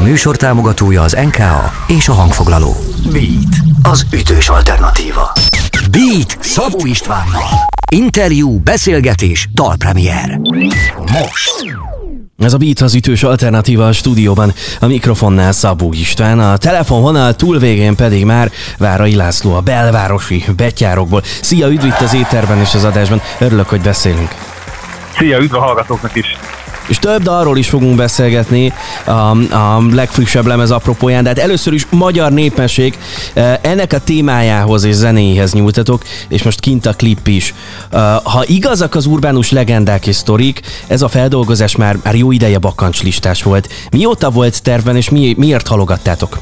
műsor támogatója az NKA és a hangfoglaló. Beat, az ütős alternatíva. Beat Szabó Istvánnal. Interjú, beszélgetés, dalpremier. Most. Ez a Beat, az ütős alternatíva a stúdióban, a mikrofonnál Szabó István, a telefonvonal túlvégén pedig már Várai László a belvárosi betyárokból. Szia, üdv itt az éterben és az adásban, örülök, hogy beszélünk. Szia, üdv a hallgatóknak is! És több dalról is fogunk beszélgetni a legfrissebb lemez apropóján, de hát először is magyar népmesség, ennek a témájához és zenéhez nyújtatok, és most kint a klip is. Ha igazak az urbánus legendák és sztorik, ez a feldolgozás már jó ideje bakancslistás volt. Mióta volt tervben, és miért halogattátok?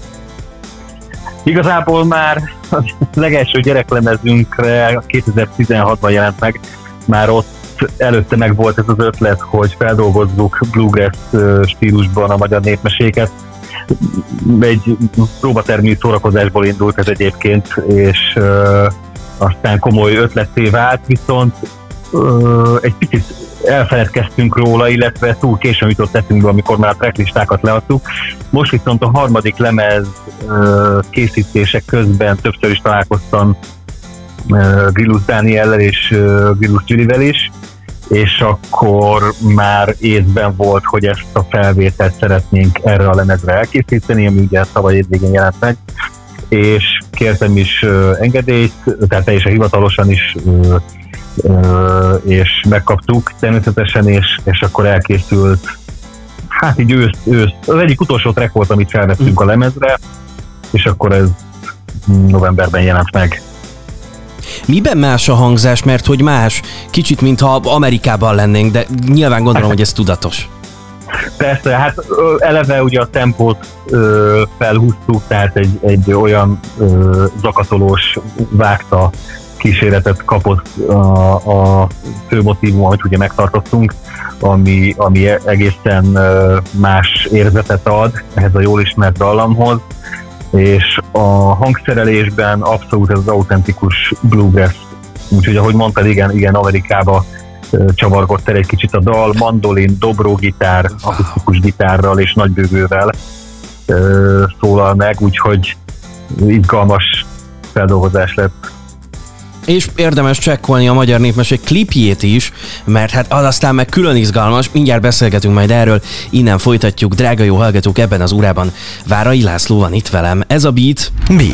Igazából már a legelső gyereklemezünkre 2016-ban jelent meg, már ott előtte meg volt ez az ötlet, hogy feldolgozzuk bluegrass stílusban a magyar népmeséket. Egy próbatermi szórakozásból indult ez egyébként, és aztán komoly ötletté vált, viszont egy picit elfeledkeztünk róla, illetve túl későn jutott eszünkbe, amikor már a tracklistákat leadtuk. Most viszont a harmadik lemez készítések közben többször is találkoztam Grillus Dániellel és Grillus Gyurivel is, és akkor már észben volt, hogy ezt a felvételt szeretnénk erre a lemezre elkészíteni, ami ugye tavaly évvégén jelent meg, és kértem is engedélyt, tehát teljesen hivatalosan is, és megkaptuk természetesen, és akkor elkészült, hát így ősz. Az egyik utolsó track volt, amit felvettünk a lemezre, és akkor ez novemberben jelent meg. Miben más a hangzás, mert hogy más? Kicsit, mintha Amerikában lennénk, de nyilván gondolom, hogy ez tudatos. Persze, hát eleve ugye a tempót felhúztuk, tehát egy olyan zakatolós vágta kíséretet kapott a fő motívum, amit ugye megtartottunk, ami egészen más érzetet ad ehhez a jól ismert dallamhoz, és a hangszerelésben abszolút ez az autentikus bluegrass. Úgyhogy ahogy mondtad, igen, Amerikába csavargott el egy kicsit a dal, mandolin, dobrógitár, akusztikus gitárral és nagybőgővel szólal meg, úgyhogy izgalmas feldolgozás lett. És érdemes csekkolni a magyar népmesség klipjét is, mert hát az aztán meg külön izgalmas, mindjárt beszélgetünk majd erről, innen folytatjuk, drága jó hallgatók, ebben az órában Várai László van itt velem. Ez a Beat.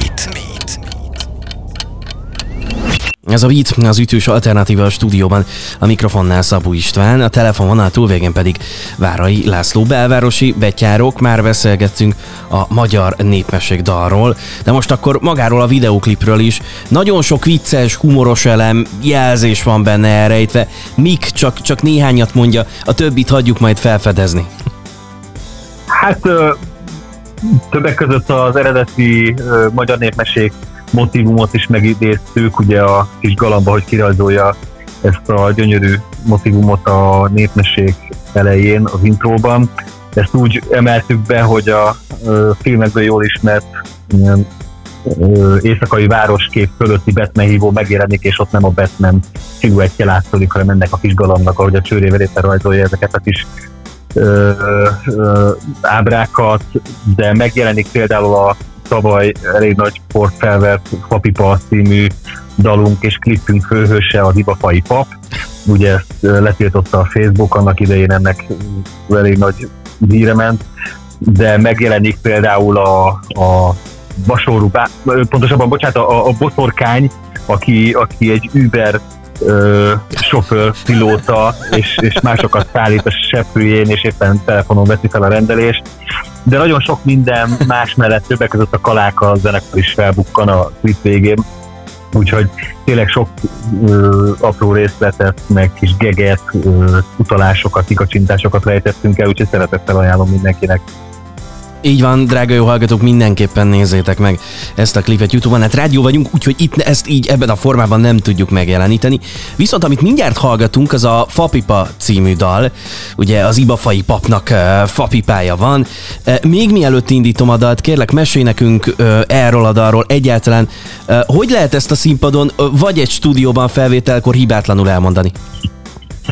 Ez a Beat, az ütős alternatíva a stúdióban, a mikrofonnál Szabó István, a telefonvonal túlvégén pedig Várai László, belvárosi betyárok, már beszélgettünk a magyar népmesség dalról, de most akkor magáról a videóklipről is. Nagyon sok vicces, humoros elem, jelzés van benne elrejtve, mik csak néhányat mondja, a többit hagyjuk majd felfedezni. Hát többek között az eredeti magyar népmesség motívumot is megidéztük, ugye a kis galamba, hogy kirajzolja ezt a gyönyörű motívumot a népmesség elején, az intróban. Ezt úgy emeltük be, hogy a filmekből jól ismert éjszakai városkép fölötti Batman hívó megjelenik, és ott nem a Batman sziluettje látszik, hanem ennek a kis galambnak, ahogy a csőrével éppen rajzolja ezeket a kis ábrákat, de megjelenik például a tavaly elég nagy port felvert Fapipa című dalunk és klipünk főhőse, az Ibafai Pap. Ugye ezt letiltotta a Facebook, annak idején ennek elég nagy híre ment, de megjelenik például a Basórú, pontosabban, a boszorkány, aki egy Uber sofőr, pilóta, és másokat szállít a seprűjén, és éppen telefonon veszi fel a rendelést. De nagyon sok minden más mellett, többek között a Kaláka zenekar is felbukkan a klip végén. Úgyhogy tényleg sok apró részletet, meg kis geget, utalásokat, kikacsintásokat rejtettünk el, úgyhogy szeretettel ajánlom mindenkinek. Így van, drága jó hallgatók, mindenképpen nézzétek meg ezt a klipet YouTube-on. Hát rádió vagyunk, úgyhogy itt ezt így ebben a formában nem tudjuk megjeleníteni. Viszont amit mindjárt hallgatunk, az a Fapipa című dal. Ugye az Ibafai Papnak fapipája van. Még mielőtt indítom a dalt, kérlek, mesélj nekünk erről a dalról egyáltalán. Hogy lehet ezt a színpadon, vagy egy stúdióban felvételkor hibátlanul elmondani?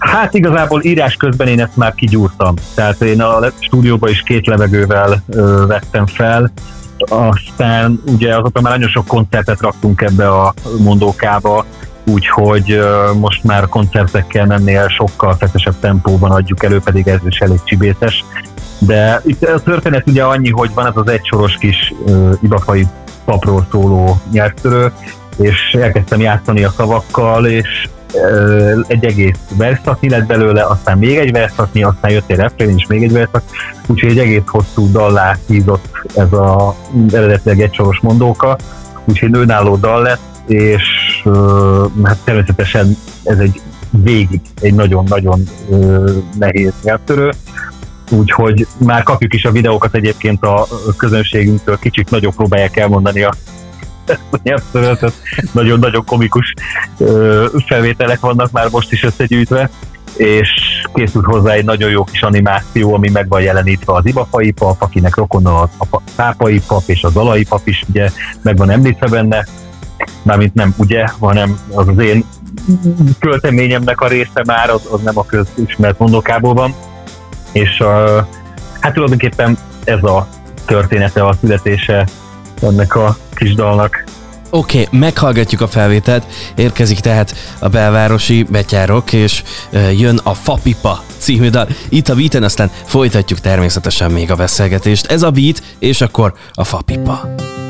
Hát igazából írás közben én ezt már kigyúrtam. Tehát én a stúdióban is 2 levegővel vettem fel, aztán ugye azóta már nagyon sok koncertet raktunk ebbe a mondókába, úgyhogy most már koncertekkel mennél sokkal feszesebb tempóban adjuk elő, pedig ez is elég csibészes. De itt a történet ugye annyi, hogy van ez az egysoros kis ibafai papról szóló nyelvtörő, és elkezdtem játszani a szavakkal, és egy egész verszaknyi lett belőle, aztán még egy verszaknyi, aztán jött egy refrén és még egy verszak, úgyhogy egy egész hosszú dallá hízott ez az eredetileg egysoros mondóka, úgyhogy önálló dal lett, és hát természetesen ez egy nagyon-nagyon nehéz nyelvtörő, úgyhogy már kapjuk is a videókat egyébként a közönségünktől, kicsit nagyobb próbálják elmondani a nyelvtörőt, nagyon-nagyon komikus felvételek vannak már most is összegyűjtve, és készült hozzá egy nagyon jó kis animáció, ami meg van jelenítve az ibafai pap, akinek rokona a pápai pap, és az alai pap is ugye meg van említve benne, mármint nem ugye, hanem az én költeményemnek a része már, az nem a közismert mondókából van, és hát tulajdonképpen ez a története, a születése ennek a kis dalnak. Oké, meghallgatjuk a felvételt, érkezik tehát a belvárosi betyárok, és jön a Fapipa című dal. Itt a Beaten, aztán folytatjuk természetesen még a beszélgetést. Ez a Beat, és akkor a Fapipa.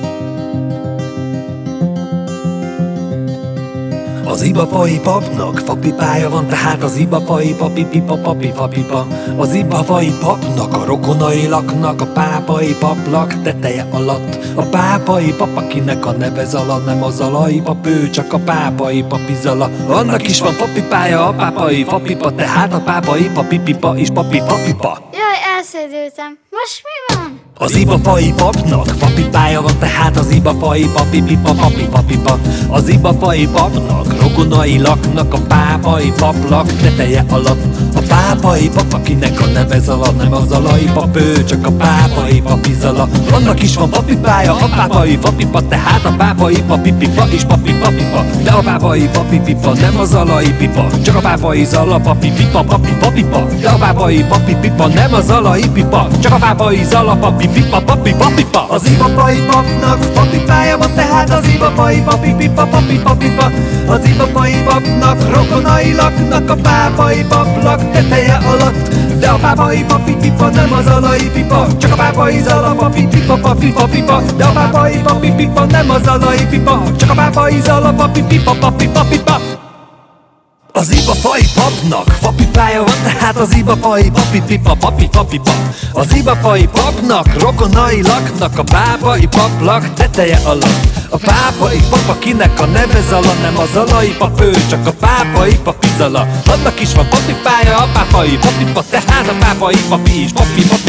Az ibafai papnak fapipája van, tehát az ibafai papi pipa papi fapipa. Az ibafai papnak a rokonai laknak a pápai paplak teteje alatt. A pápai pap, akinek a neve Zala, nem a zalai pap, ő csak a pápai papi Zala. Annak is van fapipája, a pápai fapipa, tehát a pápai papi pipa is papi fapipa. Jaj, elszédültem. Most mi van? Az ibafai papnak fapipája van, tehát az ibafai papi pipa papi papipa. Az ibafai papnak rokonai laknak a pápai paplak teteje alatt. A pápai pap, akinek a neve Zala, nem a zalai pap, ő csak a pápai papi Zala. Annak is van papipája, a pápai papipa, tehát a pápai papi pipa is papi papipa. De a pápai papi pipa nem a zalai pipa, csak a pápai Zala papi pipa papi papipa. De a pápai papi pipa nem a zalai pipa, csak a pápai Zala papi pipa papi papipa. Az ibafai papnak papipája van, tehát az ibafai papi pipa papi papipa. Az ibafai papnak rokonai laknak a pápai paplak teteje alatt. De a pápai papi pipa nem az alai pipa, csak a pápai Zala papi pipa papi papipa. De a pápai papi pipa nem az alai pipa, csak a pápai Zala papi pipa papi papipa. Az ibafai papnak fapipája van, tehát az ibafai papi pipa papi papipa. Az ibafai papnak rokonai laknak a pápai paplak teteje alatt. A pápai pap, akinek a neve Zala, nem a zalai pap, ő csak a pápai papi Zala. Annak is van papipája, a pápai papipa, tehát a pápai papi is papi papi.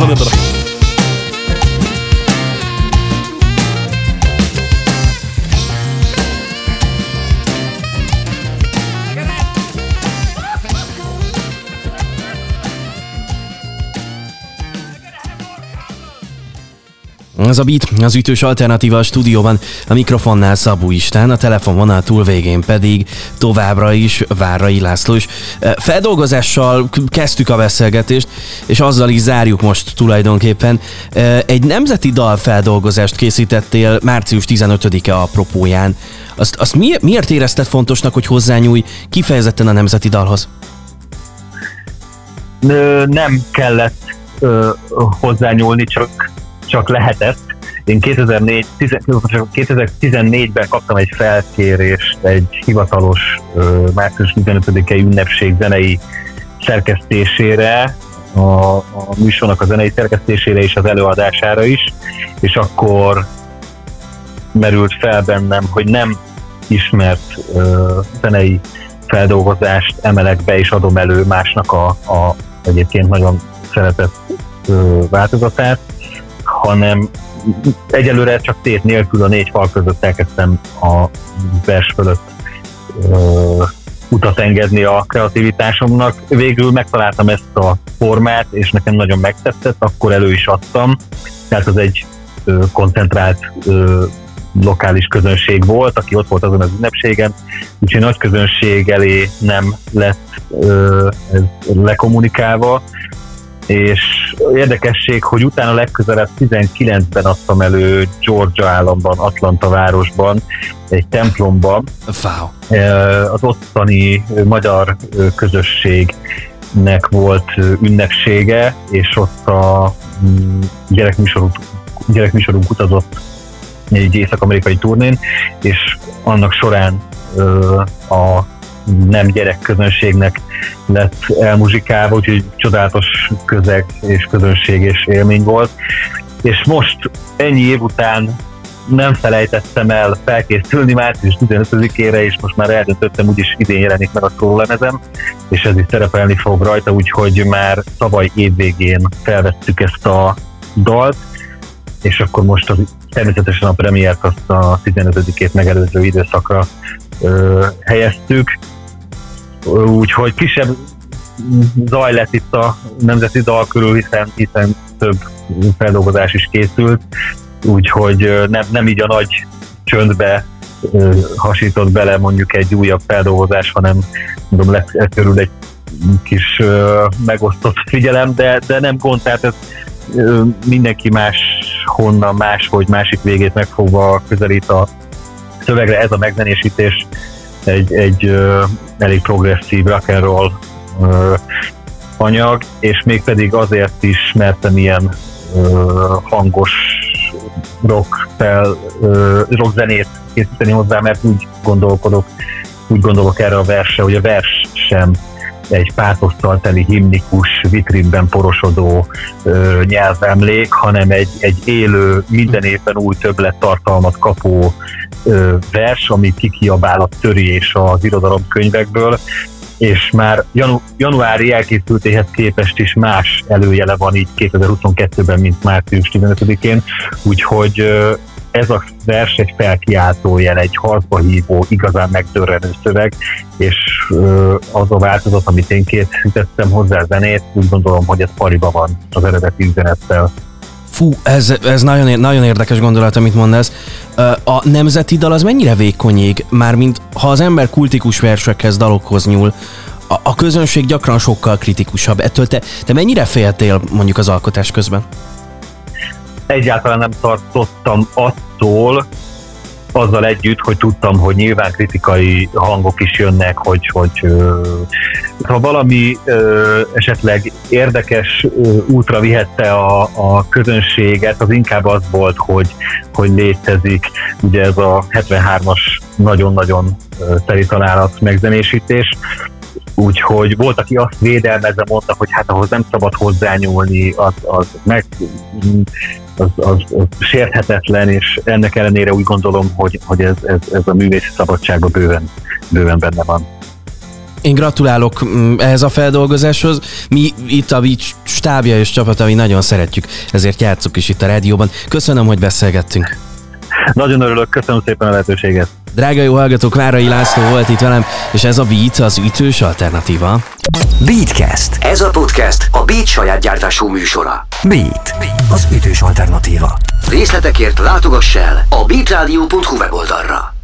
Ez a Beat, az ütős alternatíva a stúdióban, a mikrofonnál Szabó István, a telefonvonal túlvégén pedig továbbra is Várrai László is. Feldolgozással kezdtük a beszélgetést, és azzal is zárjuk most tulajdonképpen. Egy nemzeti dalfeldolgozást készítettél március 15-e apropóján. Azt miért érezted fontosnak, hogy hozzányúlj kifejezetten a nemzeti dalhoz? Nem kellett hozzányúlni, csak lehetett. Én 2014-ben kaptam egy felkérést egy hivatalos március 15-i ünnepség zenei szerkesztésére, a műsornak a zenei szerkesztésére és az előadására is, és akkor merült fel bennem, hogy nem ismert zenei feldolgozást emelek be és adom elő másnak a egyébként nagyon szeretett változatát, hanem egyelőre csak tét nélkül a 4 fal között elkezdtem a vers fölött utat engedni a kreativitásomnak. Végül megtaláltam ezt a formát, és nekem nagyon megtetszett, akkor elő is adtam. Tehát az egy koncentrált lokális közönség volt, aki ott volt azon az ünnepségen, úgyhogy nagy közönség elé nem lett ez lekommunikálva, és érdekesség, hogy utána legközelebb 19-ben adtam elő Georgia államban, Atlanta városban, egy templomban. Wow. Az ottani magyar közösségnek volt ünnepsége, és ott a gyerekműsorunk utazott egy észak-amerikai turnén, és annak során a nem gyerekközönségnek lett elmuzsikálva, úgyhogy csodálatos közeg és közönség és élmény volt. És most ennyi év után nem felejtettem el felkészülni március 15-ére, és most már eldöntöttem, úgyis idén jelenik meg a szólemezem, és ez is szerepelni fog rajta, úgyhogy már tavaly évvégén felvettük ezt a dalt, és akkor most természetesen a premiért azt a 15-ét megelőző időszakra helyeztük. Úgyhogy kisebb zaj lett itt a nemzeti dal körül, hiszen több feldolgozás is készült, úgyhogy nem így a nagy csöndbe hasított bele mondjuk egy újabb feldolgozás, hanem mondom, lett körül egy kis megosztott figyelem, de nem gond, tehát ez mindenki máshonnan máshogy másik végét megfogva közelít a szövegre. Ez a megzenésítés egy elég progresszív rock and roll anyag, és mégpedig azért is, mert ilyen hangos rock zenét készíteni hozzá, mert úgy gondolok erre a versre, hogy a vers sem egy pátosszal teli himnikus, vitrínben porosodó nyelvemlék, hanem egy élő, minden évben új többlettartalmat kapó vers, ami kikiabál a törés az irodalomkönyvekből, és már januári elkészültéhez képest is más előjele van így 2022-ben, mint március 15-én, úgyhogy ez a vers egy felkiáltó jel, egy harcba hívó, igazán megdörrenő szöveg, és az a változat, amit én készítettem hozzá zenét, úgy gondolom, hogy ez pariba van az eredeti üzenettel. Fú, ez nagyon érdekes gondolat, amit mondasz. A nemzeti dal az mennyire vékony ég? Mármint ha az ember kultikus versekhez, dalokhoz nyúl, a közönség gyakran sokkal kritikusabb. Ettől te mennyire féltél mondjuk az alkotás közben? Egyáltalán nem tartottam attól, azzal együtt, hogy tudtam, hogy nyilván kritikai hangok is jönnek, hogy ha valami esetleg érdekes útra vihette a közönséget, az inkább az volt, hogy létezik ugye ez a 73-as nagyon-nagyon teli találat megzenésítés. Úgyhogy volt, aki azt védelmezve mondta, hogy hát ahhoz nem szabad hozzányúlni, az sérthetetlen, és ennek ellenére úgy gondolom, hogy ez a művészi szabadságban bőven benne van. Én gratulálok ehhez a feldolgozáshoz. Mi itt a Beat stábja és csapata, mi nagyon szeretjük, ezért játsszuk is itt a rádióban. Köszönöm, hogy beszélgettünk. Nagyon örülök, köszönöm szépen a lehetőséget. Drága jó hallgatók, Várai László volt itt velem, és ez a Beat, az ütős alternatíva. Beatcast. Ez a podcast a Beat saját gyártású műsora. Beat, az ütős alternatíva. Részletekért látogass el a beatradio.hu weboldalra.